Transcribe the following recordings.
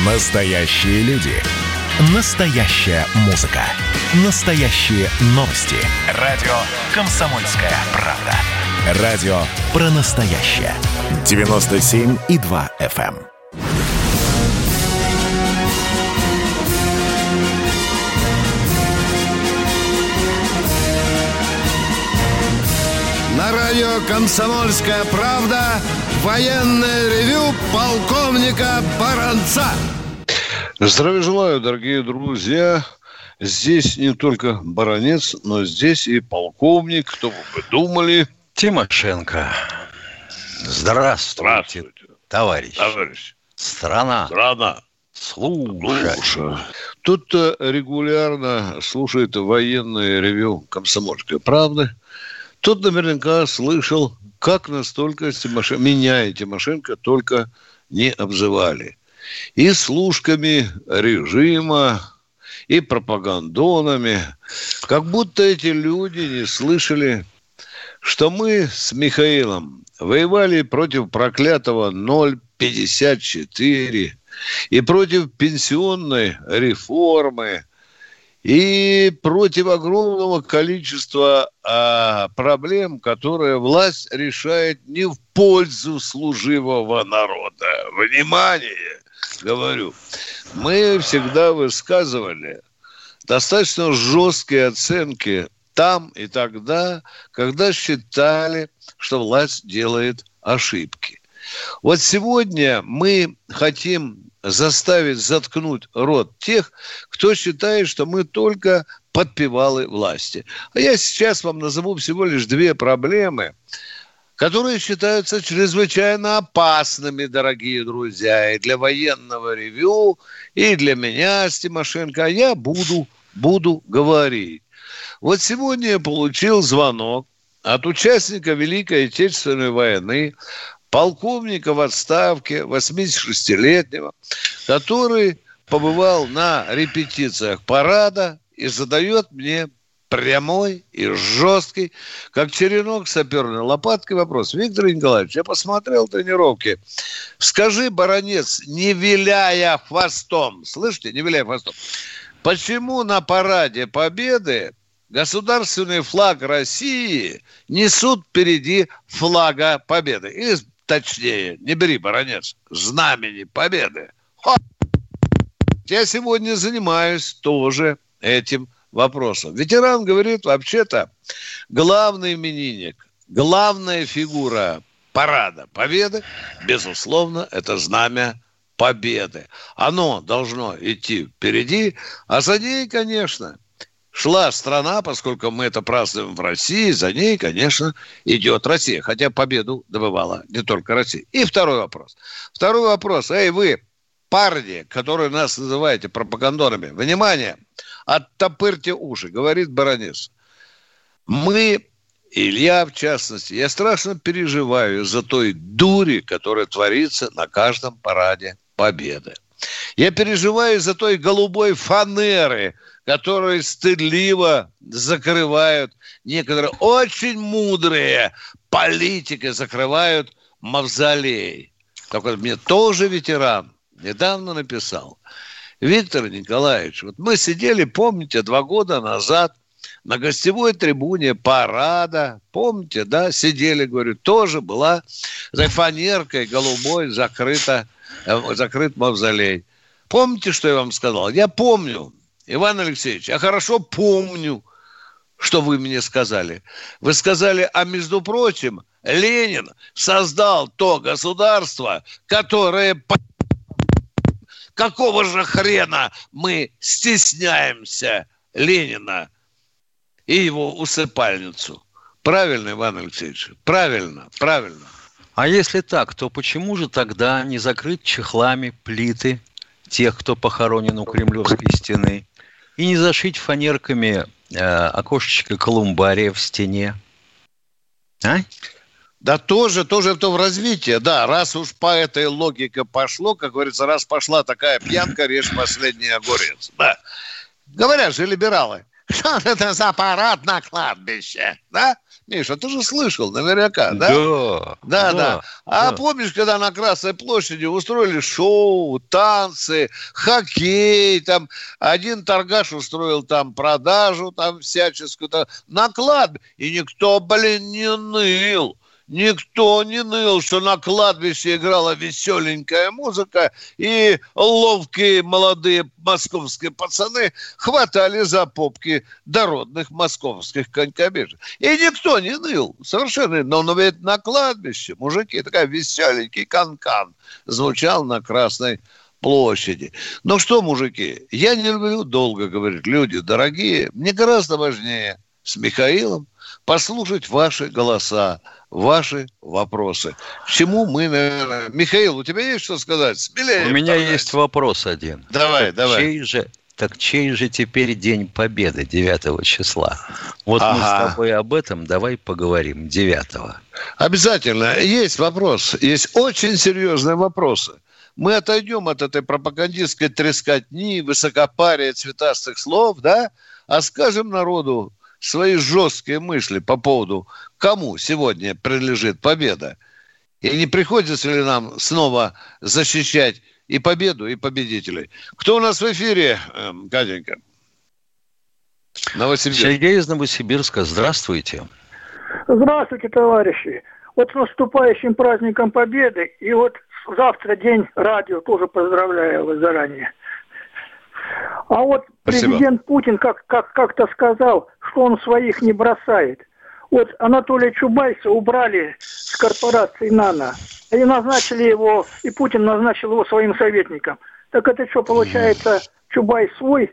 Настоящие люди. Настоящая музыка. Настоящие новости. Радио «Комсомольская правда». Радио про настоящее. 97,2 FM. На радио «Комсомольская правда» военное ревю полковника Баранца. Здравия желаю, дорогие друзья. Здесь не только Баранец, но здесь и полковник, кто бы вы думали. Тимошенко. Здравствуйте, товарищ. Страна. Слушай. Тут регулярно слушает военное ревю «Комсомольской правды». Тут наверняка слышал, как настолько меня и Тимошенко только не обзывали. И служками режима, и пропагандонами. Как будто эти люди не слышали, что мы с Михаилом воевали против проклятого 0,54 и против пенсионной реформы, и против огромного количества проблем, которые власть решает не в пользу служивого народа. Внимание, говорю. Мы всегда высказывали достаточно жесткие оценки там и тогда, когда считали, что власть делает ошибки. Вот сегодня мы хотим заставить заткнуть рот тех, кто считает, что мы только подпевалы власти. А я сейчас вам назову всего лишь две проблемы, которые считаются чрезвычайно опасными, дорогие друзья, и для военного ревю, и для меня с Тимошенко. Я буду говорить. Вот сегодня я получил звонок от участника Великой Отечественной войны, полковника в отставке, 86-летнего, который побывал на репетициях парада и задает мне прямой и жесткий, как черенок саперной лопаткой, вопрос. Виктор Николаевич, я посмотрел тренировки. Скажи, Баранец, не виляя хвостом, слышите, не виляя хвостом, почему на параде Победы государственный флаг России несут впереди флага Победы? Или, точнее, не бери, Баранец, знамени Победы. Я сегодня занимаюсь тоже этим вопросом. Ветеран говорит, вообще-то, главный именинник, главная фигура парада Победы, безусловно, это знамя Победы. Оно должно идти впереди, а за ней, конечно, шла страна, поскольку мы это празднуем в России, за ней, конечно, идет Россия. Хотя победу добывала не только Россия. И второй вопрос. Эй, вы, парни, которые нас называете пропагандонами, внимание, оттопырьте уши, говорит Баранец. Мы, Илья в частности, я страшно переживаю за той дури, которая творится на каждом параде Победы. Я переживаю за той голубой фанеры, которые стыдливо закрывают некоторые очень мудрые политики, закрывают мавзолей. Так вот, мне тоже ветеран недавно написал. Виктор Николаевич, вот мы сидели, помните, 2 года назад на гостевой трибуне парада, помните, да, сидели, говорю, тоже была за фанеркой голубой закрыт мавзолей. Помните, что я вам сказал? Я помню, Иван Алексеевич, я хорошо помню, что вы мне сказали. Вы сказали, а между прочим, Ленин создал то государство, которое... Какого же хрена мы стесняемся Ленина и его усыпальницу? Правильно, Иван Алексеевич? Правильно. А если так, то почему же тогда не закрыть чехлами плиты тех, кто похоронен у Кремлевской стены, и не зашить фанерками окошечко колумбария в стене? А? Да тоже это в развитии. Да, раз уж по этой логике пошло, как говорится, раз пошла такая пьянка, режь последний огурец. Да. Говорят же либералы, Что это за парад на кладбище, да? Миша, ты же слышал наверняка, да? Да. А помнишь, когда на Красной площади устроили шоу, танцы, хоккей, там один торгаш устроил там продажу там всяческую, там, на кладбище, и никто, не ныл. Никто не ныл, что на кладбище играла веселенькая музыка, и ловкие молодые московские пацаны хватали за попки дородных московских конькобежек. И никто не ныл, совершенно. Но ведь на кладбище мужики, такой веселенький канкан звучал на Красной площади. Ну что, мужики, я не люблю долго говорить. Люди дорогие, мне гораздо важнее с Михаилом послушать ваши голоса, ваши вопросы. К чему мы, наверное... Михаил, у тебя есть что сказать? Смелее. У меня есть вопрос один. Давай. Чей же теперь День Победы, 9 числа? Вот мы с тобой об этом давай поговорим 9-го. Обязательно. Есть вопрос. Есть очень серьезные вопросы. Мы отойдем от этой пропагандистской трескотни, высокопария цветастых слов, да, а скажем народу свои жесткие мысли по поводу, кому сегодня принадлежит победа. И не приходится ли нам снова защищать и победу, и победителей. Кто у нас в эфире, Катенька? Новосибирск. Сергей из Новосибирска. Здравствуйте. Здравствуйте, товарищи. Вот с наступающим праздником Победы. И вот завтра день радио. Тоже поздравляю вас заранее. А вот президент Путин как-то сказал, что он своих не бросает. Вот Анатолия Чубайса убрали с корпорации «Нано». И назначили его, и Путин назначил его своим советником. Так это что, получается, Чубайс свой?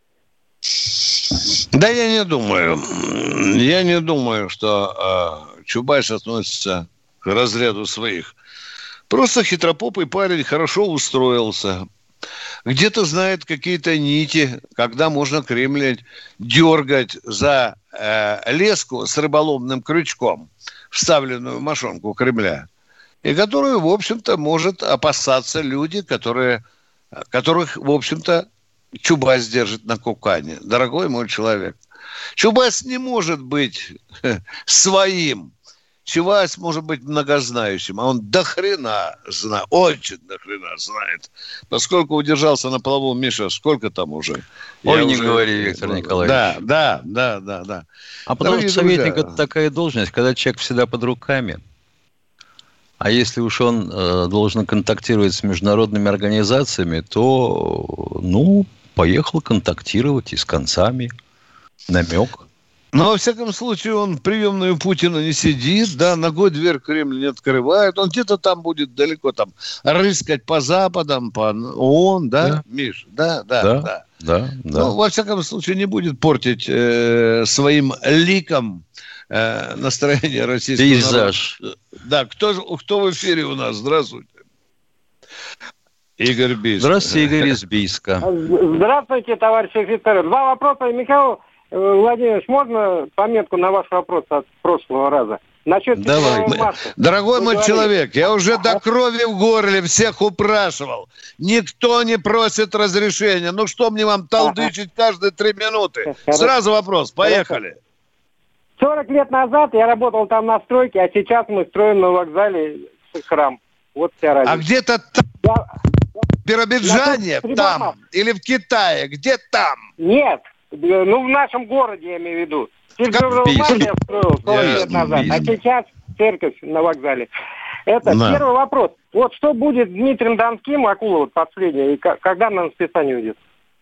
Да я не думаю. Я не думаю, что Чубайс относится к разряду своих. Просто хитропопый парень хорошо устроился. Где-то знает какие-то нити, когда можно Кремль дергать за леску с рыболовным крючком, вставленную в мошонку Кремля, и которую, в общем-то, может опасаться люди, которых, в общем-то, Чубайс держит на кукане. Дорогой мой человек, Чубайс не может быть своим. Чубайс может быть многознающим, а он дохрена знает, очень дохрена знает. Поскольку удержался на плаву, Миша, сколько там уже? Ой, не говори, Виктор Николаевич. Да. А потому что советник – это такая должность, когда человек всегда под руками. А если уж он должен контактировать с международными организациями, то, поехал контактировать и с концами. Намек. Но, во всяком случае, он в приемную Путина не сидит, да, ногой дверь Кремля не открывает. Он где-то там будет далеко там рыскать по Западам, по ООН, да, Миш? Да. Ну, во всяком случае, не будет портить своим ликом настроение российского пейзаж. Народа. Да, кто в эфире у нас? Здравствуйте. Игорь Бийск. Здравствуйте, Игорь из Бийска. Здравствуйте, товарищи офицеры. Два вопроса. Михаил Владимирович, можно пометку на ваш вопрос от прошлого раза? Насчет Давай. Дорогой мой человек, я уже до крови в горле всех упрашивал. Никто не просит разрешения. Ну что мне вам толдычить каждые 3 минуты? Сразу вопрос. Поехали. 40 лет назад я работал там на стройке, а сейчас мы строим на вокзале храм. Вот вся разница. А где-то там, в Биробиджане, там, или в Китае, где там? Нет. В нашем городе, я имею в виду. Я строил 40 лет назад, а сейчас церковь на вокзале. Это первый вопрос. Вот что будет с Дмитрием Донским, акула вот последняя, и когда на списание уйдет?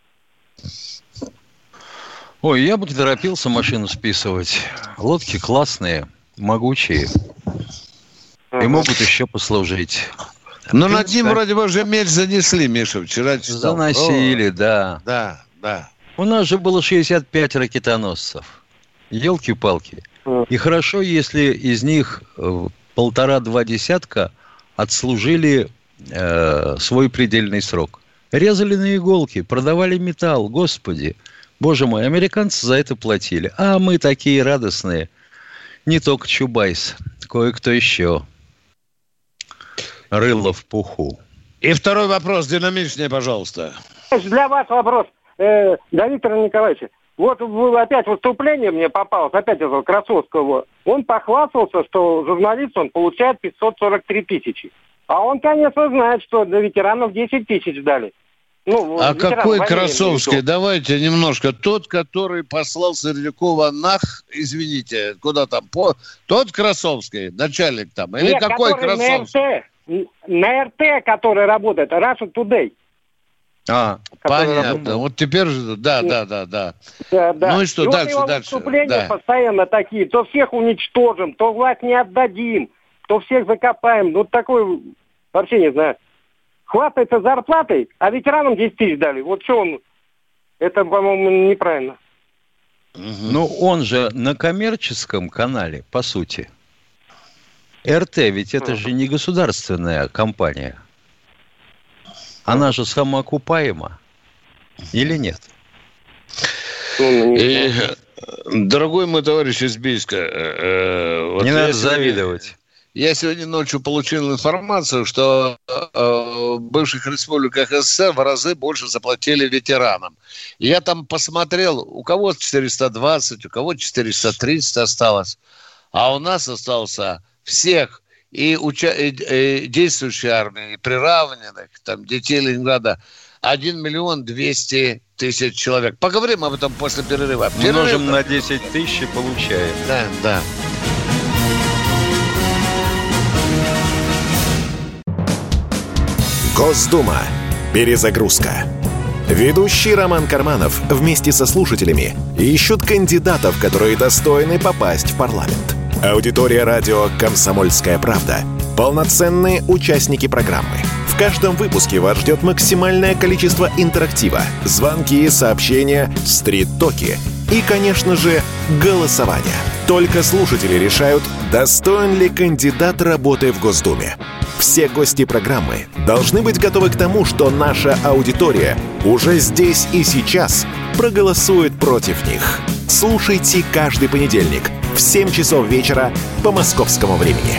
Ой, я бы не торопился машину списывать. Лодки классные, могучие. И могут еще послужить. Но над ним вроде бы уже меч занесли, Миша, вчера читал. Заносили, да. Да. У нас же было 65 ракетоносцев. Елки-палки. И хорошо, если из них 1,5-2 десятка отслужили свой предельный срок. Резали на иголки, продавали металл. Господи, боже мой, американцы за это платили. А мы такие радостные. Не только Чубайс, кое-кто еще. Рыло в пуху. И второй вопрос, динамичнее, пожалуйста. Для вас вопрос. До Виктора Николаевича. Вот опять выступление мне попалось, опять этого Красовского. Он похвастался, что журналист он получает 543 тысячи. А он, конечно, знает, что для ветеранов 10 тысяч дали. А какой Красовский? Давайте немножко. Тот, который послал Сердюкова извините, куда там? Тот Красовский, начальник там? Или какой Красовский? На РТ, который работает, Russia Today. Понятно. Работает. Вот теперь же, да. Ну и что, и дальше? Выступления постоянно такие. То всех уничтожим, то власть не отдадим, то всех закопаем. Вот такой, вообще не знаю. Хвастается зарплатой, а ветеранам 10 тысяч дали. Вот что он... Это, по-моему, неправильно. Ну, он же на коммерческом канале, по сути. РТ, ведь это же не государственная компания. Она же самоокупаема. Или нет? Дорогой мой товарищ из Бийска... не надо завидовать. Я сегодня ночью получил информацию, что в бывших республиках СССР в разы больше заплатили ветеранам. Я там посмотрел, у кого 420, у кого 430 осталось. А у нас остался всех и действующей армии, и приравненных, там, детей Ленинграда, 1 200 000 человек. Поговорим об этом после перерыва. Умножим на 10 тысяч и получаем. Да. Госдума. Перезагрузка. Ведущий Роман Карманов вместе со слушателями ищут кандидатов, которые достойны попасть в парламент. Аудитория радио «Комсомольская правда» — полноценные участники программы. В каждом выпуске вас ждет максимальное количество интерактива, звонки, сообщения, стрит-токи и, конечно же, голосование. Только слушатели решают, достоин ли кандидат работы в Госдуме. Все гости программы должны быть готовы к тому, что наша аудитория уже здесь и сейчас проголосует против них. Слушайте каждый понедельник в 7 часов вечера по московскому времени.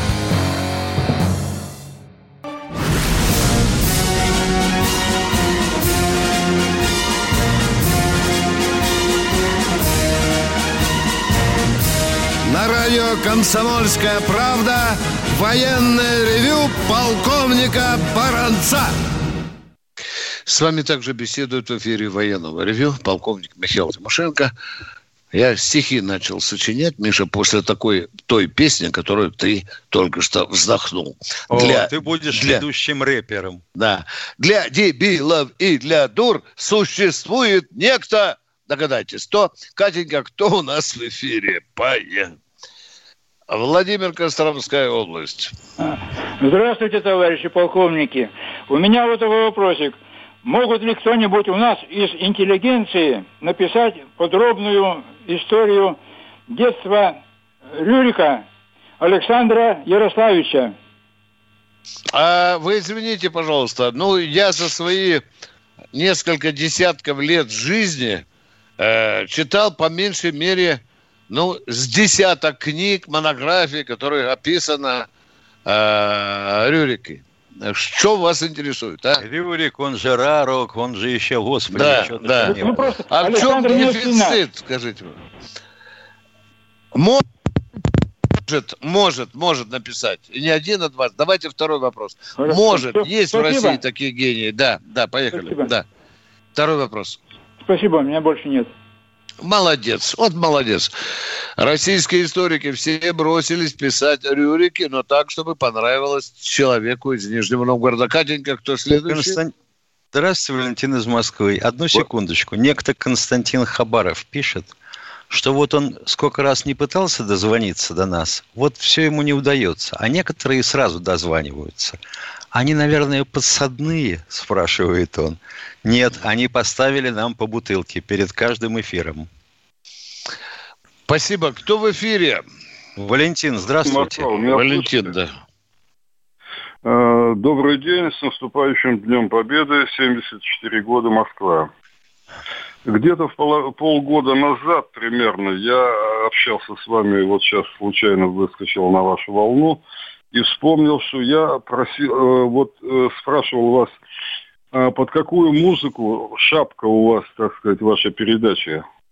На радио «Комсомольская правда» военное ревю полковника Баранца. С вами также беседует в эфире военного ревю полковник Михаил Тимошенко. Я стихи начал сочинять, Миша, после той песни, которую ты только что вздохнул. Ты будешь ведущим рэпером. Да. Для дебилов и для дур существует некто, догадайтесь, кто? Катенька, кто у нас в эфире? Поехали. Владимир, Костромская область. Здравствуйте, товарищи полковники. У меня вот такой вопросик. Могут ли кто-нибудь у нас из интеллигенции написать подробную историю детства Рюрика Александра Ярославича? Вы извините, пожалуйста, я за свои несколько десятков лет жизни читал по меньшей мере с десяток книг, монографий, которые описаны Рюрике. Что вас интересует, а? Рюрик, он же Рарок, он же еще, господи. Да. А в чем дефицит, скажите мне? Может написать. И не один, а два. Давайте второй вопрос. Хорошо. Есть в России такие гении. Да, поехали. Спасибо. Да. Второй вопрос. Спасибо, у меня больше нет. Молодец. Российские историки все бросились писать Рюрики, но так, чтобы понравилось человеку из Нижнего Новгорода. Катенька, кто следующий? Здравствуйте, Валентин из Москвы. Одну секундочку. Некто Константин Хабаров пишет, что вот он сколько раз не пытался дозвониться до нас, вот все ему не удается, а некоторые сразу дозваниваются. Они, наверное, подсадные, спрашивает он. Нет, они поставили нам по бутылке перед каждым эфиром. Спасибо. Кто в эфире? Валентин, здравствуйте. Валентин, да. Добрый день, с наступающим Днем Победы, 74 года, Москва. Где-то полгода назад примерно я общался с вами, вот сейчас случайно выскочил на вашу волну, и вспомнил, что я спрашивал вас, под какую музыку шапка у вас, так сказать, ваша передача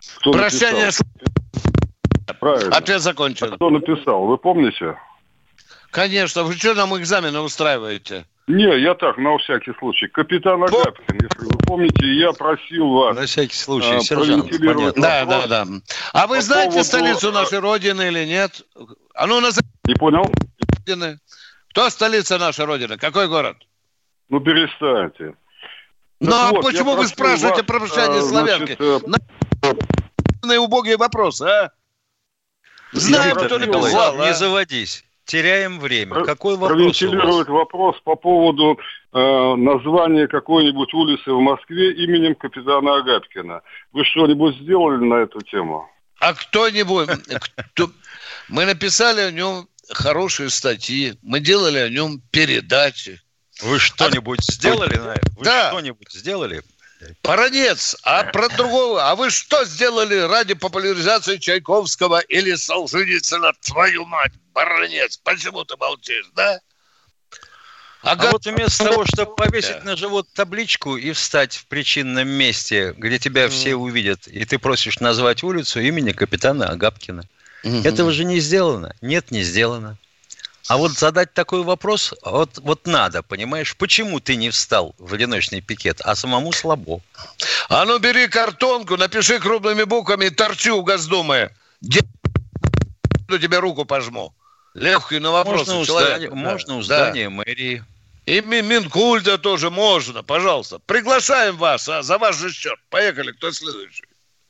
Прощание. Правильно. Ответ закончен. А кто написал, вы помните? Конечно. Вы что нам экзамены устраиваете? Не, я так, на всякий случай. Капитан Агапкин, если вы помните, я просил вас... На всякий случай, сержант, понятно. Да. А вы знаете столицу нашей Родины или нет? А ну, назовите. Не понял? Кто столица нашей Родины? Какой город? Ну, перестаньте. Ну, а почему вы спрашиваете про прощание славянки? Убогие вопросы, а? Знаю, кто написал. Не заводись. Теряем время. Какой вопрос провентилировать вопрос по поводу названия какой-нибудь улицы в Москве именем капитана Агапкина. Вы что-нибудь сделали на эту тему? А кто-нибудь... Мы написали о нем хорошие статьи. Мы делали о нем передачи. Вы что-нибудь сделали на это? Вы что-нибудь сделали? Баранец, а про другого? А вы что сделали ради популяризации Чайковского или Солженицына, твою мать, Баранец? Почему ты молчишь, да? А вот вместо того, чтобы повесить на живот табличку и встать в причинном месте, где тебя все увидят, и ты просишь назвать улицу имени капитана Агапкина. Этого же не сделано. Нет, не сделано. А вот задать такой вопрос, вот надо, понимаешь, почему ты не встал в одиночный пикет, а самому слабо. А ну бери картонку, напиши крупными буквами «Торчу в Госдуме». Тебе руку пожму. Легкий на вопрос человека. Можно у здания мэрии. И Минкульта тоже можно, пожалуйста. Приглашаем вас, за ваш же счет. Поехали, кто следующий?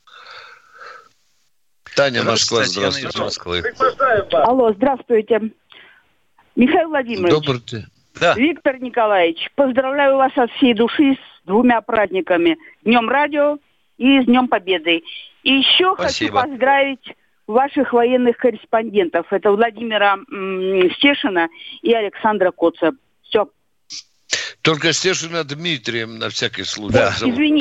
Таня, Москва, здравствуйте. Алло, здравствуйте. Михаил Владимирович. Добрый день. Да. Виктор Николаевич, поздравляю вас от всей души с 2 праздниками. Днем радио и с Днем Победы. И еще хочу поздравить ваших военных корреспондентов. Это Владимира Стешина и Александра Коца. Все. Только Стешина Дмитрием на всякий случай. Да.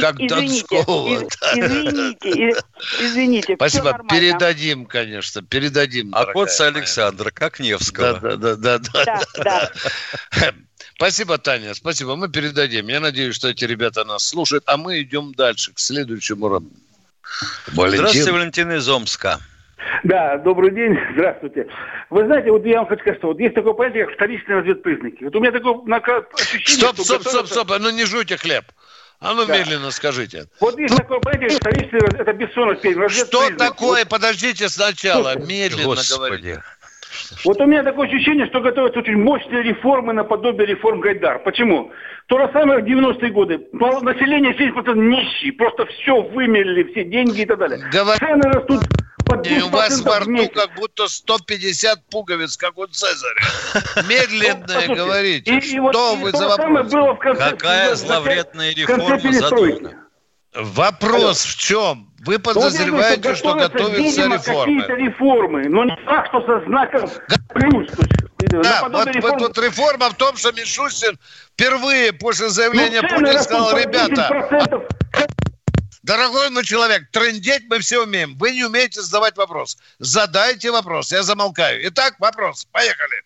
Извините. Спасибо. Передадим, конечно, передадим. А Коца Александра, как Невского. Да. Спасибо, Таня, спасибо. Мы передадим. Я надеюсь, что эти ребята нас слушают. А мы идем дальше, к следующему. Здравствуйте, Валентин из Омска. Да, добрый день, здравствуйте. Вы знаете, вот я вам хочу сказать, что вот есть такое понятие, как вторичные разведпризнаки. Вот у меня такое ощущение... Стоп, ну не жуйте хлеб. А ну медленно скажите. Вот есть такое понятие, вторичные, это Бессонов перед разведпризнак. Что такое? Подождите сначала, медленно говорите. Вот у меня такое ощущение, что готовятся очень мощные реформы наподобие реформ Гайдар. Почему? То же самое в 90-е годы. Население 70% нищие, просто все вымерли, все деньги и так далее. Цены растут... И у вас во рту как будто 150 пуговиц, как у Цезаря. Медленно говорите. Что вы за вопрос? Какая зловредная реформа задумана? Вопрос в чем? Вы подозреваете, что готовятся реформы. Какие-то реформы, но не так, что со знаком плюс. Да, вот реформа в том, что Мишустин впервые после заявления Путина сказал: ребята... Дорогой мой человек, трындеть мы все умеем. Вы не умеете задавать вопрос. Задайте вопрос, я замолкаю. Итак, вопрос. Поехали.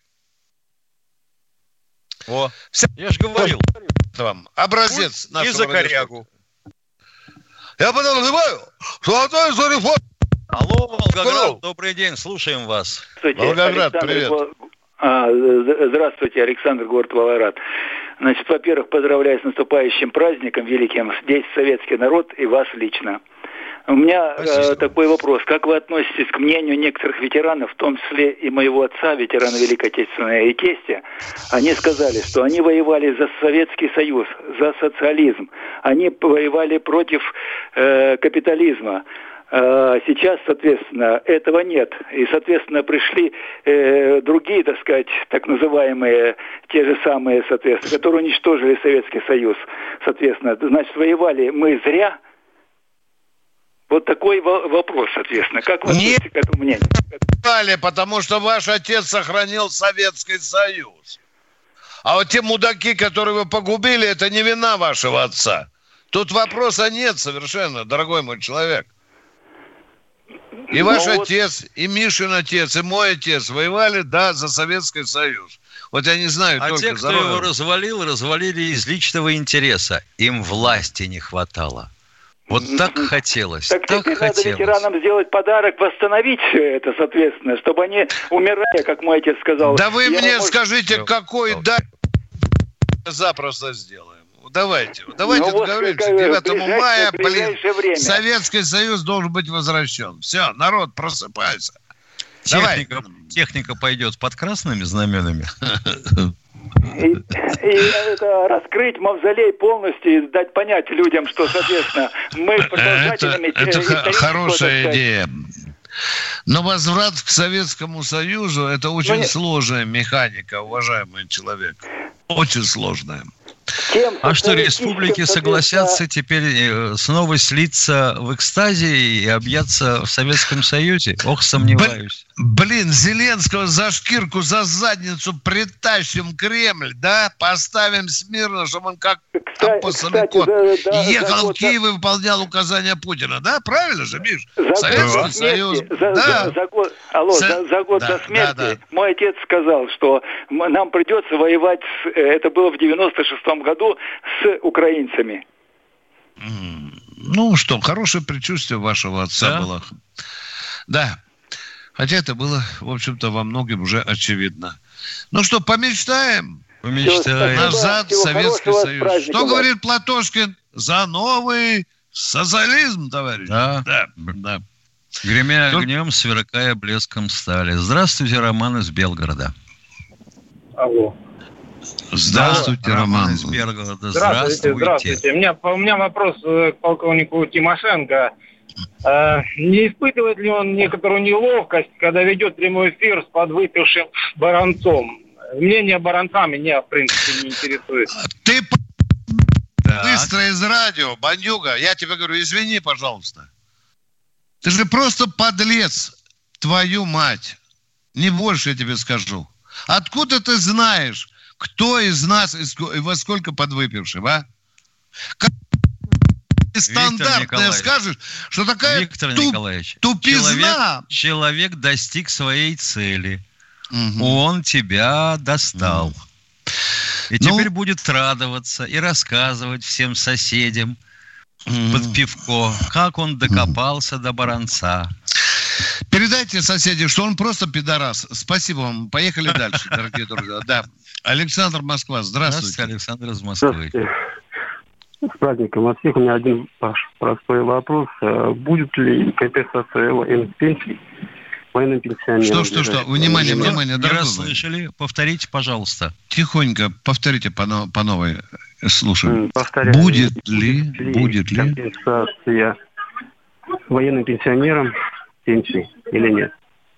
Я же говорил. Вам образец нашего. И за корягу. Я подозреваю, что это за реформа. Алло, Волгоград, добрый день, слушаем вас. Волгоград, привет. Здравствуйте, Александр, город Волгоград. Значит, во-первых, поздравляю с наступающим праздником великим, здесь советский народ и вас лично. У меня такой вопрос. Как вы относитесь к мнению некоторых ветеранов, в том числе и моего отца, ветерана Великой Отечественной, и тестя? Они сказали, что они воевали за Советский Союз, за социализм. Они воевали против капитализма. Сейчас, соответственно, этого нет. И, соответственно, пришли другие, так сказать, так называемые, те же самые, соответственно, которые уничтожили Советский Союз. Соответственно, значит, воевали мы зря. Вот такой вопрос, соответственно. Как вы относитесь к этому мнению? Потому что ваш отец сохранил Советский Союз. А вот те мудаки, которые вы погубили, это не вина вашего отца. Тут вопроса нет совершенно, дорогой мой человек. И ваш отец, и Мишин отец, и мой отец воевали, да, за Советский Союз. Вот я не знаю только те, кто его развалили из личного интереса. Им власти не хватало. Вот так хотелось. Так теперь надо ветеранам сделать подарок, восстановить все это, соответственно, чтобы они, умирая, как мой отец сказал... Да вы мне скажите, какой запросто сделаем. Давайте договоримся. 9 мая, Советский Союз должен быть возвращен. Все, народ, просыпается. Техника пойдет под красными знаменами. И это раскрыть мавзолей полностью и дать понять людям, что, соответственно, мы продолжателями... Это хорошая идея. Но возврат к Советскому Союзу – это очень сложная механика, уважаемый человек. Очень сложная. А что, республики согласятся теперь снова слиться в экстазе и объяться в Советском Союзе? Ох, сомневаюсь. Зеленского за шкирку, за задницу притащим Кремль, да? Поставим смирно, чтобы он как опасный кот ехал в Киев и выполнял указания Путина. Да, правильно же, Миш? Советский Союз. За год до смерти мой отец сказал, что нам придется воевать, это было в 96-м году, с украинцами. Ну что, хорошее предчувствие вашего отца было. Да. Хотя это было, в общем-то, во многом уже очевидно. Ну что, помечтаем? Помечтаем. Назад в Советский Союз. Что говорит Платошкин? За новый социализм, товарищ. Да. Гремя огнем, сверкая блеском стали. Здравствуйте, Роман из Белгорода. Алло. Здравствуйте, Роман из Белгорода. Здравствуйте. У меня вопрос к полковнику Тимошенко. Не испытывает ли он некоторую неловкость, когда ведет прямой эфир с подвыпившим Баранцом? Мнение Баранца меня, в принципе, не интересует. Ты быстро из радио, бандюга. Я тебе говорю, извини, пожалуйста. Ты же просто подлец, твою мать. Не больше я тебе скажу. Откуда ты знаешь, кто из нас и во сколько подвыпивших, а? Стандартная скажешь, что такая тупизна. Человек достиг своей цели. Он тебя достал. И теперь будет радоваться и рассказывать всем соседям под пивко, как он докопался до Баранца. Передайте соседям, что он просто пидорас. Спасибо вам. Поехали дальше, дорогие друзья. Да. Александр, Москва. Здравствуйте. Александр из Москвы. С праздником от всех. У меня один простой вопрос. Будет ли компенсация военных пенсий военным пенсионерам? Что? Внимание, не расслышали. Повторите, пожалуйста. Тихонько повторите по новой. Слушаем. Будет ли компенсация военным пенсионерам пенсии или нет?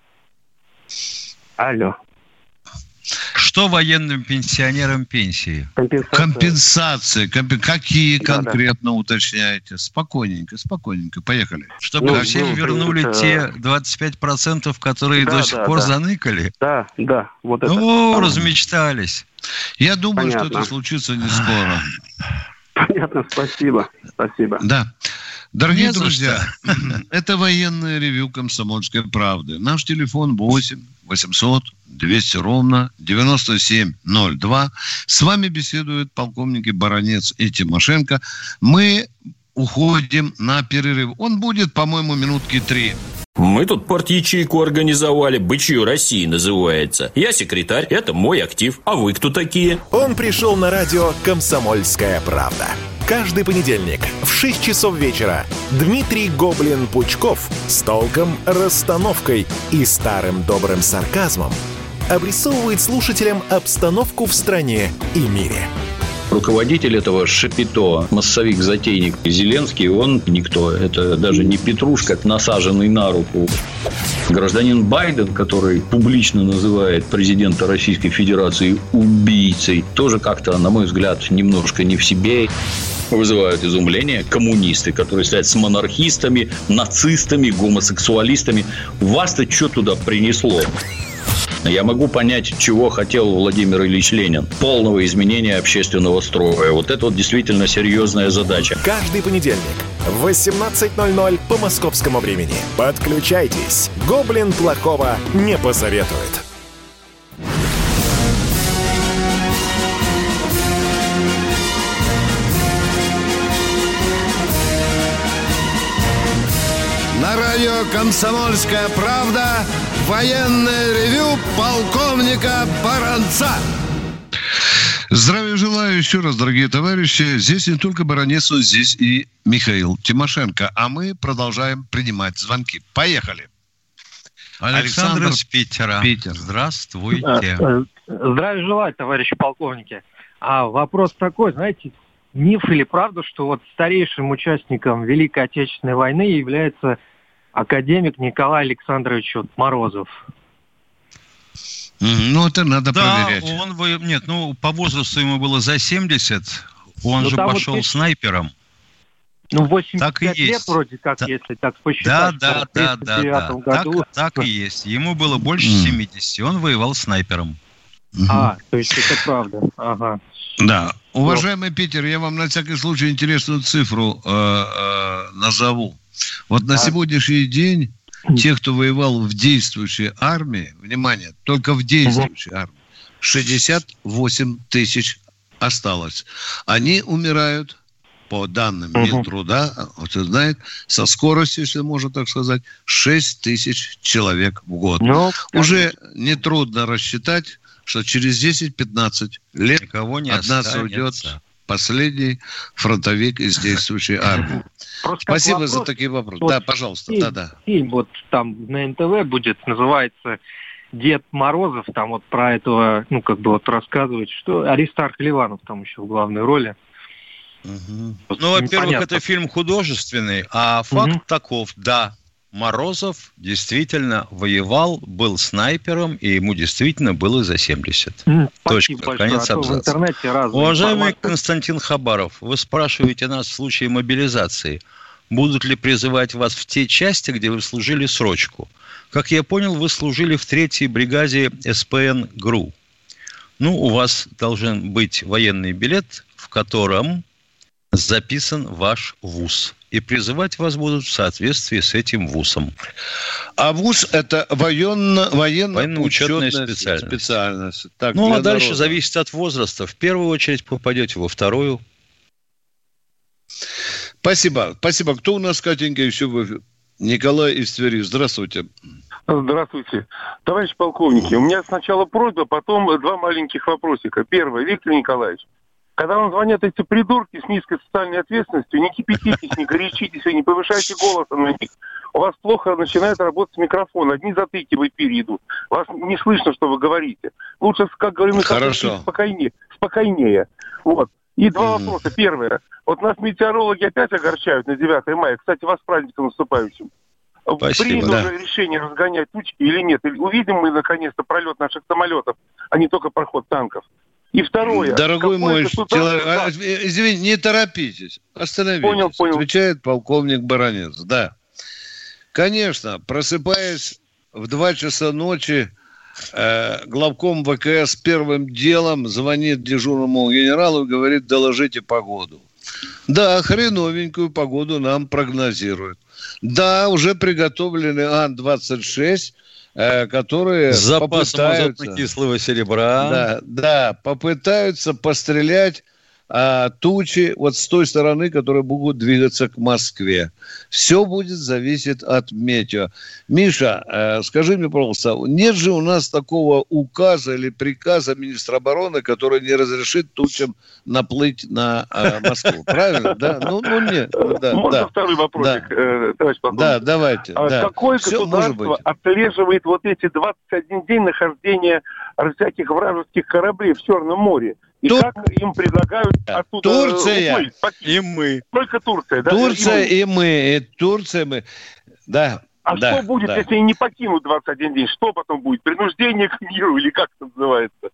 Алло. Что военным пенсионерам пенсии? Компенсации. Какие конкретно уточняете? Спокойненько. Поехали. Чтобы всем вернули те 25%, которые до сих пор заныкали? Да. Вот это. Размечтались. Я думаю, что это случится не скоро. Понятно, спасибо. Да. Дорогие друзья, это военное ревью «Комсомольской правды». Наш телефон 8 800 200 ровно 9702. С вами беседуют полковники Баранец и Тимошенко. Мы уходим на перерыв. Он будет, по-моему, минутки 3. Мы тут партячейку организовали, «Бычье России» называется. Я секретарь, это мой актив. А вы кто такие? Он пришел на радио «Комсомольская правда». Каждый понедельник в 6 часов вечера Дмитрий Гоблин-Пучков с толком, расстановкой и старым добрым сарказмом обрисовывает слушателям обстановку в стране и мире. Руководитель этого шапито, массовик-затейник Зеленский, он никто. Это даже не петрушка, насаженный на руку. Гражданин Байден, который публично называет президента Российской Федерации убийцей, тоже как-то, на мой взгляд, немножко не в себе. Вызывают изумление коммунисты, которые стоят с монархистами, нацистами, гомосексуалистами. Вас-то что туда принесло? Я могу понять, чего хотел Владимир Ильич Ленин. Полного изменения общественного строя. Вот это вот действительно серьезная задача. Каждый понедельник в 18:00 по московскому времени. Подключайтесь. Гоблин плохого не посоветует. радио «Комсомольская правда» военное ревю полковника Баранца. Здравия желаю еще раз, дорогие товарищи. Здесь не только Баранец, здесь и Михаил Тимошенко. А мы продолжаем принимать звонки. Поехали. Александр из Питера. Питер. Здравствуйте. Здравия желаю, товарищи полковники. Вопрос такой, знаете, миф или правда, что вот старейшим участником Великой Отечественной войны является академик Николай Александрович Морозов? Ну, это надо проверять. Нет, по возрасту ему было за 70, он же пошел вот снайпером. 85 лет вроде как, если так посчитать. Да. Так и есть. Ему было больше 70, он воевал снайпером. То есть это правда. Ага. Да. Уважаемый Питер, я вам на всякий случай интересную цифру назову. Вот на сегодняшний день те, кто воевал в действующей армии, внимание, только в действующей армии, 68 тысяч осталось. Они умирают, по данным Минтруда, знает, со скоростью, если можно так сказать, 6 тысяч человек в год. Уже нетрудно рассчитать, что через 10-15 лет от нас уйдет последний фронтовик из действующей армии. Спасибо за такие вопросы. Да, пожалуйста. Фильм вот там на НТВ будет, называется «Дед Морозов», там вот про этого, рассказывать, что Аристарх Ливанов там еще в главной роли. Во-первых, это фильм художественный, а факт таков, да, Морозов действительно воевал, был снайпером, и ему действительно было за 70. Точка. Конец абзаца. Уважаемый Константин Хабаров, вы спрашиваете нас в случае мобилизации, будут ли призывать вас в те части, где вы служили срочку. Как я понял, вы служили в 3-й бригаде СПН ГРУ. У вас должен быть военный билет, в котором записан ваш вуз. И призывать вас будут в соответствии с этим вузом. А вуз – это военно-учетная специальность. Так, а дальше зависит от возраста. В первую очередь попадете во вторую. Спасибо. Кто у нас, Катенька, еще в... Николай из Твери. Здравствуйте. Здравствуйте. Товарищ полковники, у меня сначала просьба, потом 2 маленьких вопросика. Первое. Виктор Николаевич, когда вам звонят эти придурки с низкой социальной ответственностью, не кипятитесь, не горячитесь и не повышайте голоса на них. У вас плохо начинает работать микрофон. Одни затыки в эфире идут. Вас не слышно, что вы говорите. Лучше, как говорим, спокойнее. Вот. И 2 вопроса. Первое. Вот нас метеорологи опять огорчают на 9 мая. Кстати, вас с праздником наступающим. Принято уже решение разгонять тучки или нет? Или увидим мы, наконец-то, пролет наших самолетов, а не только проход танков? И второе. Дорогой мой извините, не торопитесь. Остановитесь. Понял. Отвечает полковник Баранец. Да. Конечно, просыпаясь в 2 часа ночи, главком ВКС первым делом звонит дежурному генералу и говорит: доложите погоду. Да, хреновенькую погоду нам прогнозируют. Да, уже приготовлены Ан-26, которые с запасом азотно-кислого серебра. Да, попытаются пострелять тучи вот с той стороны, которые будут двигаться к Москве. Все будет зависеть от метео. Миша, скажи мне, пожалуйста, нет же у нас такого указа или приказа министра обороны, который не разрешит тучам наплыть на Москву? Правильно? Да? Нет. Можно второй вопросик, товарищ полковник? Да, давайте. Какое государство отслеживает вот эти 21 день нахождения всяких вражеских кораблей в Черном море? И как им предлагают оттуда Турция и мы. Только Турция, да? Турция и мы. Да. Что будет, если они не покинут 21 день? Что потом будет? Принуждение к миру или как это называется?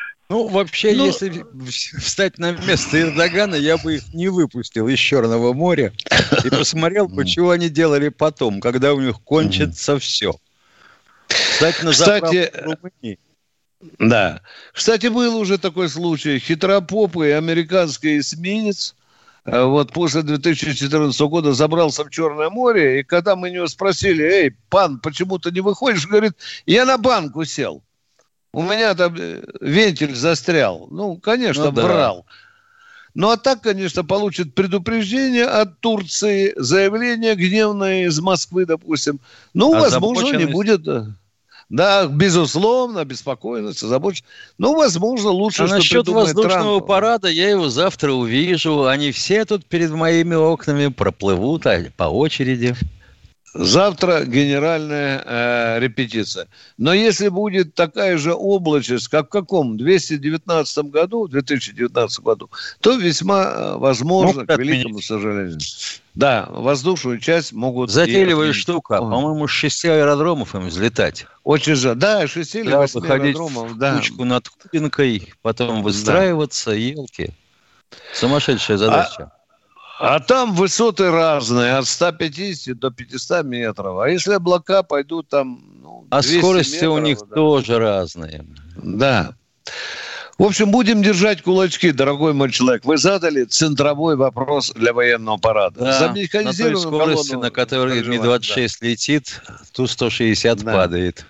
Если встать на место Эрдогана, я бы их не выпустил из Черного моря и посмотрел, почему они делали потом, когда у них кончится все. Встать на заправку в Румынии. Да. Кстати, был уже такой случай. Хитропопый американский эсминец после 2014 года забрался в Черное море, и когда мы него спросили: эй, пан, почему ты не выходишь? Говорит: я на банку сел. У меня там вентиль застрял. Конечно, врал. Ну, а так, конечно, получит предупреждение от Турции, заявление гневное из Москвы, допустим. Ну, возможно, не будет... Да, безусловно, обеспокоенность, озабоченность. Ну, возможно, лучше, что насчет придумает воздушного Трамп. парада я его завтра увижу. Они все тут перед моими окнами проплывут по очереди. Завтра генеральная репетиция. Но если будет такая же облачность, как в каком? 2019 году, то весьма возможно, к великому сожалению. Да, воздушную часть могут... Затейливая штука. По-моему, с 6 аэродромов им взлетать. Очень жаль. Да, 6 или 8 аэродромов. Да. Кучку над Кубинкой, потом выстраиваться, елки. Сумасшедшая задача. А там высоты разные, от 150 до 500 метров. А если облака пойдут там... А скорости метров, у них тоже разные. Да. В общем, будем держать кулачки, дорогой мой человек. Вы задали центровой вопрос для военного парада. Да, на той скорости, на которой Ми-26 летит, Ту-160 падает.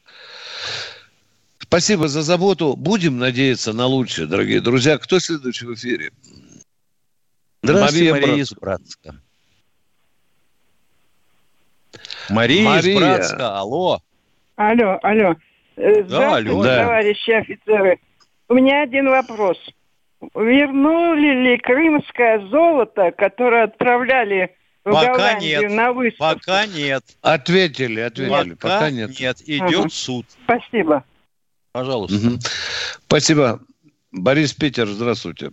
Спасибо за заботу. Будем надеяться на лучшее, дорогие друзья. Кто следующий в эфире? Здравствуйте, Мария из Братска. Мария из Братска, алло. Алло. Здравствуйте, товарищи офицеры. У меня один вопрос. Вернули ли крымское золото, которое отправляли в Голландию на выставку? Пока нет. Ответили. Пока нет. Нет, идет суд. Спасибо. Пожалуйста. Спасибо. Борис, Питер, здравствуйте.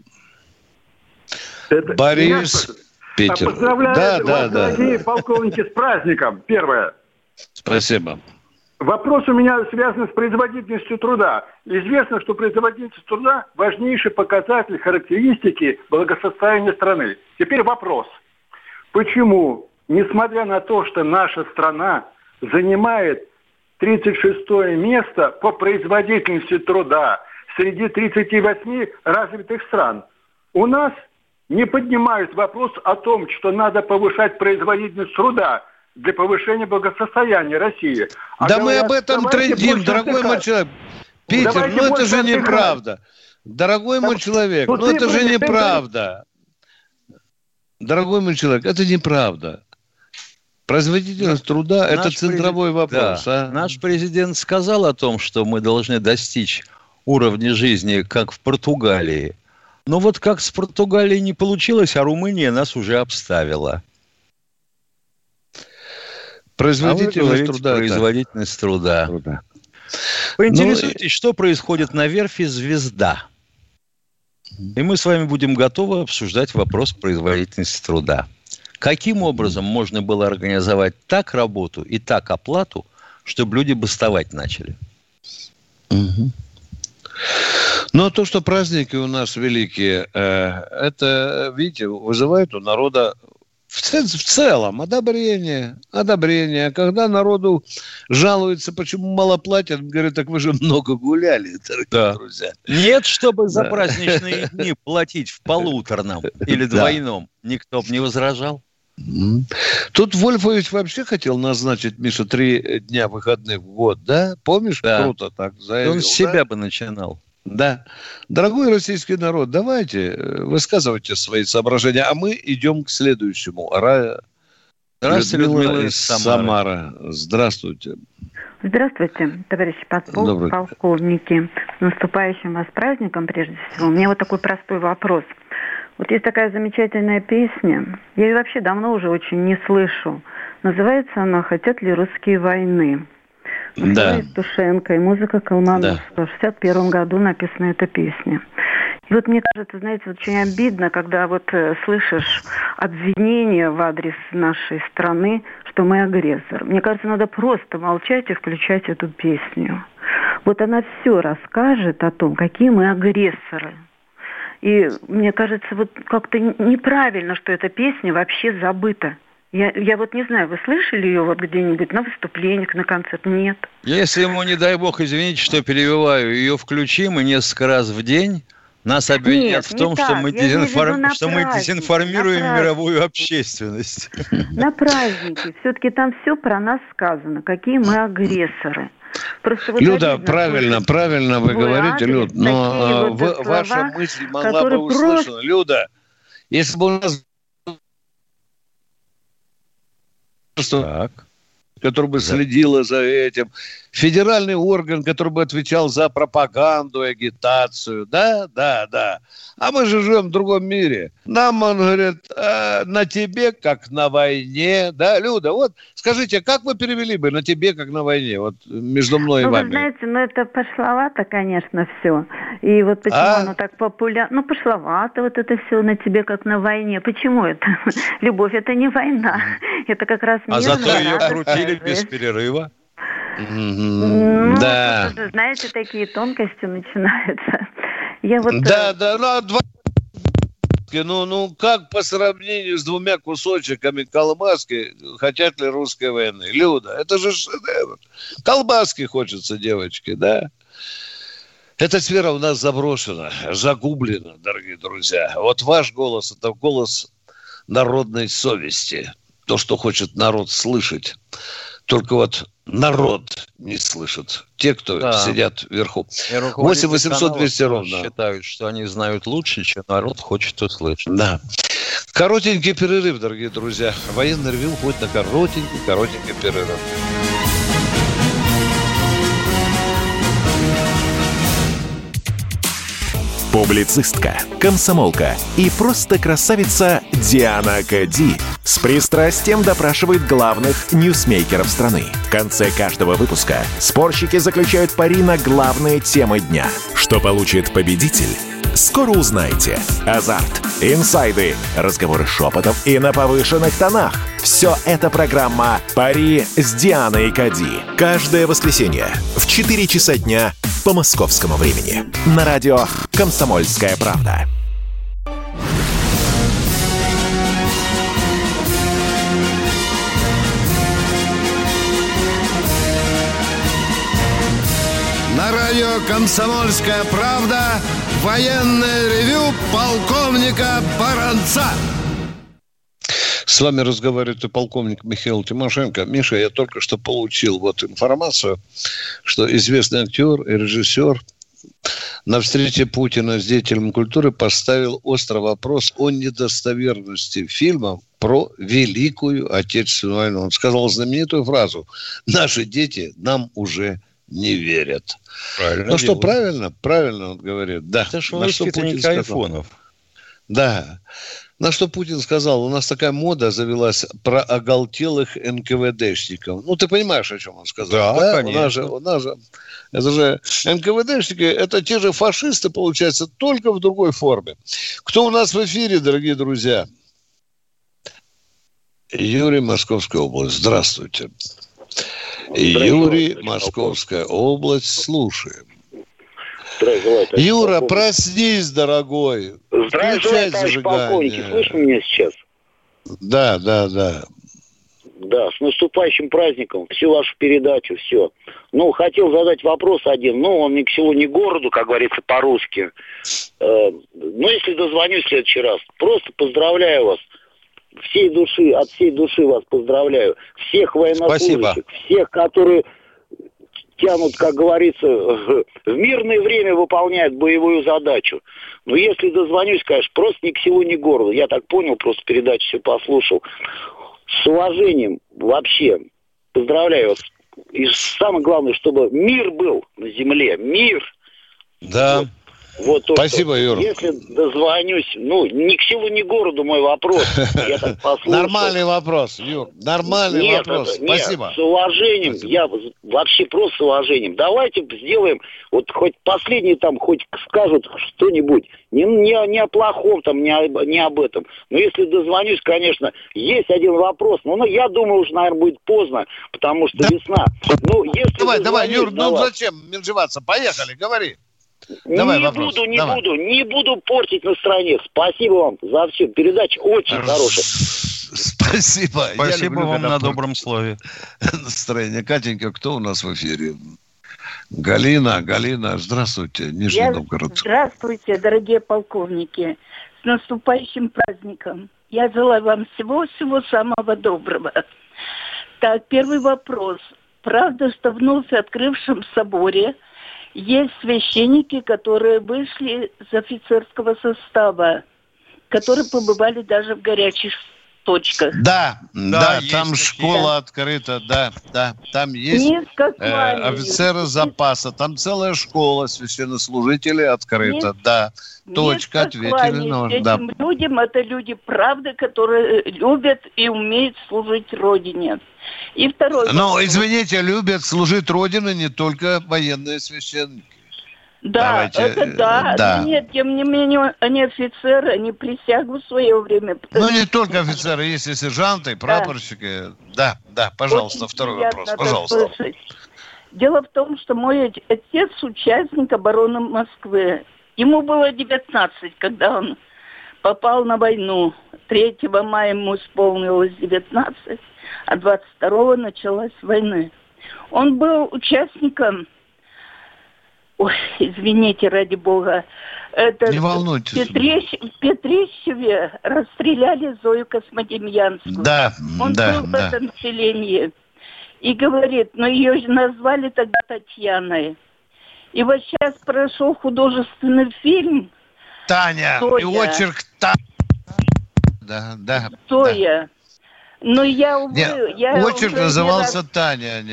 Борис, Питер. Поздравляю вас, дорогие полковники, с праздником. Первое. Спасибо. Вопрос у меня связан с производительностью труда. Известно, что производительность труда – важнейший показатель характеристики благосостояния страны. Теперь вопрос. Почему, несмотря на то, что наша страна занимает 36-е место по производительности труда среди 38 развитых стран, у нас не поднимают вопрос о том, что надо повышать производительность труда для повышения благосостояния России. Да мы об этом трендим, дорогой мой человек. Питер, это же неправда. Дорогой мой человек, это же неправда. Дорогой мой человек, это неправда. Производительность труда – это центровой вопрос. Наш президент сказал о том, что мы должны достичь уровня жизни, как в Португалии. Но вот как с Португалией не получилось, а Румыния нас уже обставила. Производительность труда. Поинтересуйтесь, что происходит на верфи «Звезда». И мы с вами будем готовы обсуждать вопрос производительности труда. Каким образом можно было организовать так работу и так оплату, чтобы люди бастовать начали? Но то, что праздники у нас великие, это, видите, вызывает у народа в целом одобрение. А когда народу жалуются, почему мало платят, говорят, так вы же много гуляли, дорогие друзья. Нет, чтобы за праздничные дни платить в полуторном или двойном. Никто бы не возражал. Тут Вольфович вообще хотел назначить, Миша, 3 дня выходных в год, да? Помнишь, круто так заявил? Он с себя бы начинал. Да. Дорогой российский народ, давайте высказывайте свои соображения, а мы идем к следующему. Здравствуйте, Людмила из Самары. Здравствуйте. Здравствуйте, товарищи полковники. С наступающим вас праздником, прежде всего. У меня вот такой простой вопрос. Вот есть такая замечательная песня. Я ее вообще давно уже очень не слышу. Называется она «Хотят ли русские войны?». Да. Евтушенко и музыка Колмановского. В 1961 году написана эта песня. И вот мне кажется, знаете, очень обидно, когда вот слышишь обвинения в адрес нашей страны, что мы агрессор. Мне кажется, надо просто молчать и включать эту песню. Вот она все расскажет о том, какие мы агрессоры. И мне кажется, вот как-то неправильно, что эта песня вообще забыта. Я вот не знаю, вы слышали ее вот где-нибудь на выступлениях, на концерт? Нет. Если ему, не дай бог, извините, что перебиваю, ее включим, и несколько раз в день нас обвинят в том, что мы дезинформируем мировую общественность. На празднике. Все-таки там все про нас сказано, какие мы агрессоры. Просто вот Люда, правильно вы говорите, Люд, но ваша мысль могла бы услышана. Люда, если бы у нас... Так. Который бы следила за этим, федеральный орган, который бы отвечал за пропаганду, агитацию, да. А мы же живем в другом мире. Нам, он говорит, на тебе, как на войне, да, Люда, вот скажите, как вы перевели бы на тебе, как на войне, вот между мной и вами? Вы знаете, это пошловато, конечно, все. И вот почему оно так популярно, пошловато вот это все на тебе, как на войне. Почему это? Любовь, это не война, это как раз мирная, зато ее крутили без перерыва. Да. Знаете, такие тонкости начинаются. Ну, как по сравнению с двумя кусочками колбаски хотят ли русской войны? Люда, это же шедевр. Колбаски хочется, девочки, да? Эта сфера у нас заброшена, загублена, дорогие друзья. Вот ваш голос – это голос народной совести. То, что хочет народ слышать. Только вот народ не слышит. Те, кто сидят вверху. 8 800 200 ровно. Считают, что они знают лучше, чем народ хочет услышать. Да. Коротенький перерыв, дорогие друзья. Военный ревью уходит на коротенький перерыв. Публицистка, комсомолка и просто красавица Диана Кади с пристрастием допрашивает главных ньюсмейкеров страны. В конце каждого выпуска спорщики заключают пари на главные темы дня. Что получит победитель? Скоро узнаете. Азарт, инсайды, разговоры шепотов и на повышенных тонах. Все это программа «Пари с Дианой Кади». Каждое воскресенье в 4 часа дня по московскому времени. На радио «Комсомольская правда». На радио «Комсомольская правда» военное ревю полковника Баранца. С вами разговаривает и полковник Михаил Тимошенко. Миша, я только что получил информацию, что известный актер и режиссер на встрече Путина с деятелями культуры поставил острый вопрос о недостоверности фильма про Великую Отечественную войну. Он сказал знаменитую фразу: «Наши дети нам уже не верят». Правильно. Что, правильно он говорит. Да. Это что воспитанник айфонов. Да. На что Путин сказал: у нас такая мода завелась про оголтелых НКВДшников. Ты понимаешь, о чем он сказал? Да, конечно. У нас же, это же НКВДшники, это те же фашисты, получается, только в другой форме. Кто у нас в эфире, дорогие друзья? Юрий, Московская область. Здравствуйте. Юрий, Московская область. Слушаем. Юра, проснись, дорогой. Здравствуйте, товарищ полковник. Слышно меня сейчас? Да. Да, с наступающим праздником. Всю вашу передачу, все. Хотел задать вопрос один. Он ни к селу, ни к городу, как говорится по-русски. Если дозвонюсь в следующий раз, просто поздравляю вас. От всей души вас поздравляю. Всех военнослужащих, всех, которые тянут, как говорится, в мирное время выполняют боевую задачу. Если дозвонюсь, конечно, просто ни к селу, ни к городу. Я так понял, просто передачу все послушал. С уважением вообще поздравляю вас. И самое главное, чтобы мир был на земле. Мир. Да. Спасибо, Юр. Если дозвонюсь, ни к селу, ни к городу мой вопрос. Я так послушал. Нормальный вопрос, Юр. Нормальный вопрос. Спасибо. Нет, с уважением. Спасибо. Я вообще просто с уважением. Давайте сделаем, хоть последний хоть скажут что-нибудь. Не о плохом не об этом. Но если дозвонюсь, конечно, есть один вопрос. Я думаю, уже, наверное, будет поздно, потому что весна. Давай, Юр, зачем менжеваться? Поехали, говори. Не буду портить настроение. Спасибо вам за все. Передача очень хорошая. Спасибо. Спасибо вам на добром слове. Настроение. Катенька, кто у нас в эфире? Галина, здравствуйте, Нижний Новгород. Здравствуйте, дорогие полковники. С наступающим праздником. Я желаю вам всего самого доброго. Так, первый вопрос. правда, что в вновь открывшем соборе есть священники, которые вышли из офицерского состава, которые побывали даже в горячих точках. Да, там школа открыта, да, там есть офицеры запаса, там целая школа священнослужителей открыта, да, точка, ответили. Этим людям, это люди правды, которые любят и умеют служить Родине. И второй вопрос. Извините, любят служить Родине не только военные священники. Да, это да. Но нет, тем не менее, они офицеры, они присягу в свое время. Не только офицеры, есть и сержанты, и прапорщики. Да, пожалуйста, очень второй вопрос, пожалуйста. Слышать. Дело в том, что мой отец участник обороны Москвы. Ему было 19, когда он попал на войну. 3 мая ему исполнилось 19, а 22 началась война. Он был участником... Ой, извините, ради бога. Не волнуйтесь. В Петрищеве расстреляли Зою Космодемьянскую. Да, Он был в этом селении. И говорит, ее же назвали тогда Татьяной. И вот сейчас прошел художественный фильм. Таня, Зоя. И очерк Таня. Да. Зоя. Но я очерк назывался Таня.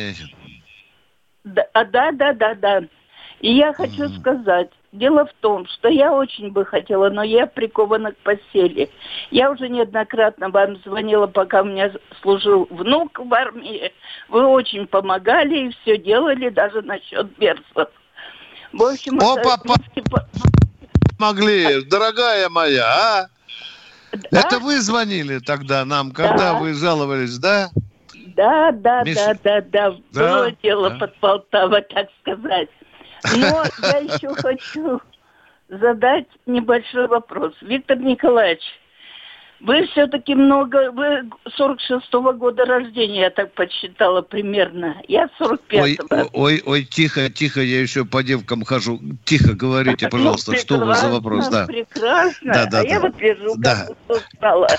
Да. И я хочу сказать, дело в том, что я очень бы хотела, но я прикована к постели. Я уже неоднократно вам звонила, пока у меня служил внук в армии. Вы очень помогали и все делали, даже насчет берцев. В общем, помогли, дорогая моя, Да? Это вы звонили тогда нам, когда вы жаловались, да? Да. Было дело под Полтавой, так сказать. Но я еще хочу задать небольшой вопрос. Виктор Николаевич, вы все-таки вы 46-го года рождения, я так подсчитала примерно. Я 45-го. Ой, тихо, я еще по девкам хожу. Тихо говорите, пожалуйста, что у вас за вопрос? Да. Прекрасно. Я вот вижу, как устала.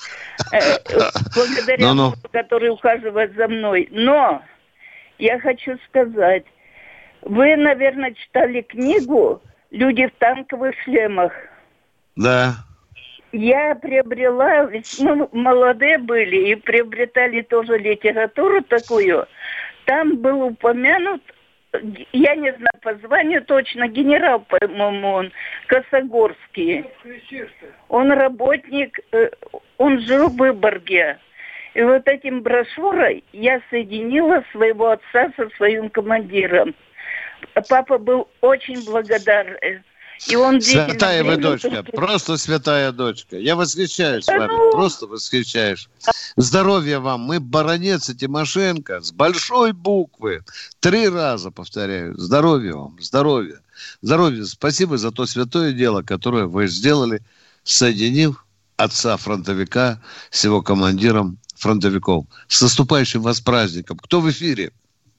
Благодаря мужу, который ухаживает за мной. Но я хочу сказать, вы, наверное, читали книгу «Люди в танковых шлемах». Да. Я приобрела, мы молодые были и приобретали тоже литературу такую. Там был упомянут, я не знаю по званию точно, генерал, по-моему, он, Косогорский. Он работник, он жил в Выборге. И вот этим брошюрой я соединила своего отца со своим командиром. Папа был очень благодарен. И он святая вы дочка, просто святая дочка. Я восхищаюсь вами, просто восхищаюсь. Здоровья вам. Мы баронец и Тимошенко с большой буквы. 3 раза повторяю. Здоровья вам, здоровья. Здоровья. Спасибо за то святое дело, которое вы сделали, соединив отца-фронтовика с его командиром фронтовиков. С наступающим вас праздником. Кто в эфире?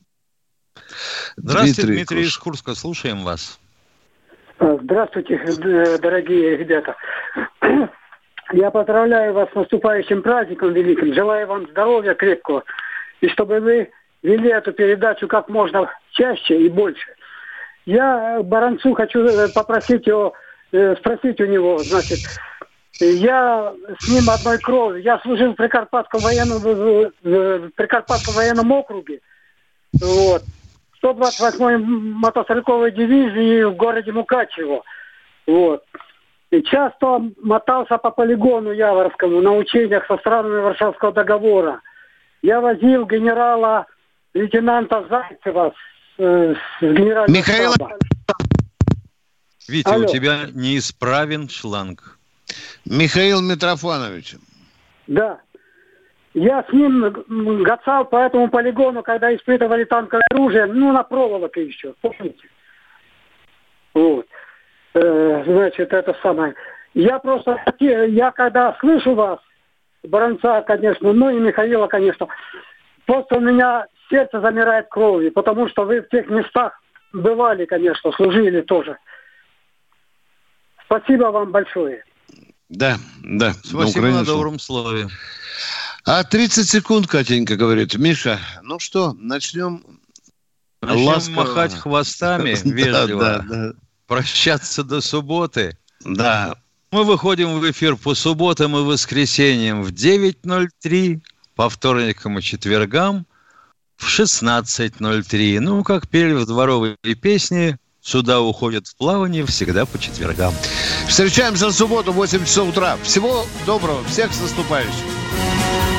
Здравствуйте, Дмитрий из Курска. Слушаем вас. Здравствуйте, дорогие ребята. Я поздравляю вас с наступающим праздником великим. Желаю вам здоровья крепкого. И чтобы вы вели эту передачу как можно чаще и больше. Я Баранцу хочу попросить его, спросить у него, значит, я с ним одной крови. Я служил в Прикарпатском военном округе. Вот. 128-й мотострелковой дивизии в городе Мукачево. Вот. И часто мотался по полигону Яворскому на учениях со странами Варшавского договора. Я возил генерала-лейтенанта Зайцева с генерального Михаил... штаба. Витя, алло. У тебя неисправен шланг. Михаил Митрофанович. Да. Я с ним гацал по этому полигону, когда испытывали танковое оружие, на проволоке еще, помните? Вот. Значит, это самое. Я когда слышу вас, Баранца, конечно, и Михаила, конечно, просто у меня сердце замирает кровью, потому что вы в тех местах бывали, конечно, служили тоже. Спасибо вам большое. Да. Спасибо на добром слове. А 30 секунд, Катенька говорит. Миша, ну что, начнем махать хвостами вежливо, прощаться до субботы. Да. Мы выходим в эфир по субботам и воскресеньям в 9:03, по вторникам и четвергам в 16:03. Ну, как пели в дворовой песне, суда уходят в плавание всегда по четвергам. Встречаемся в субботу в 8 часов утра. Всего доброго, всех с наступающим.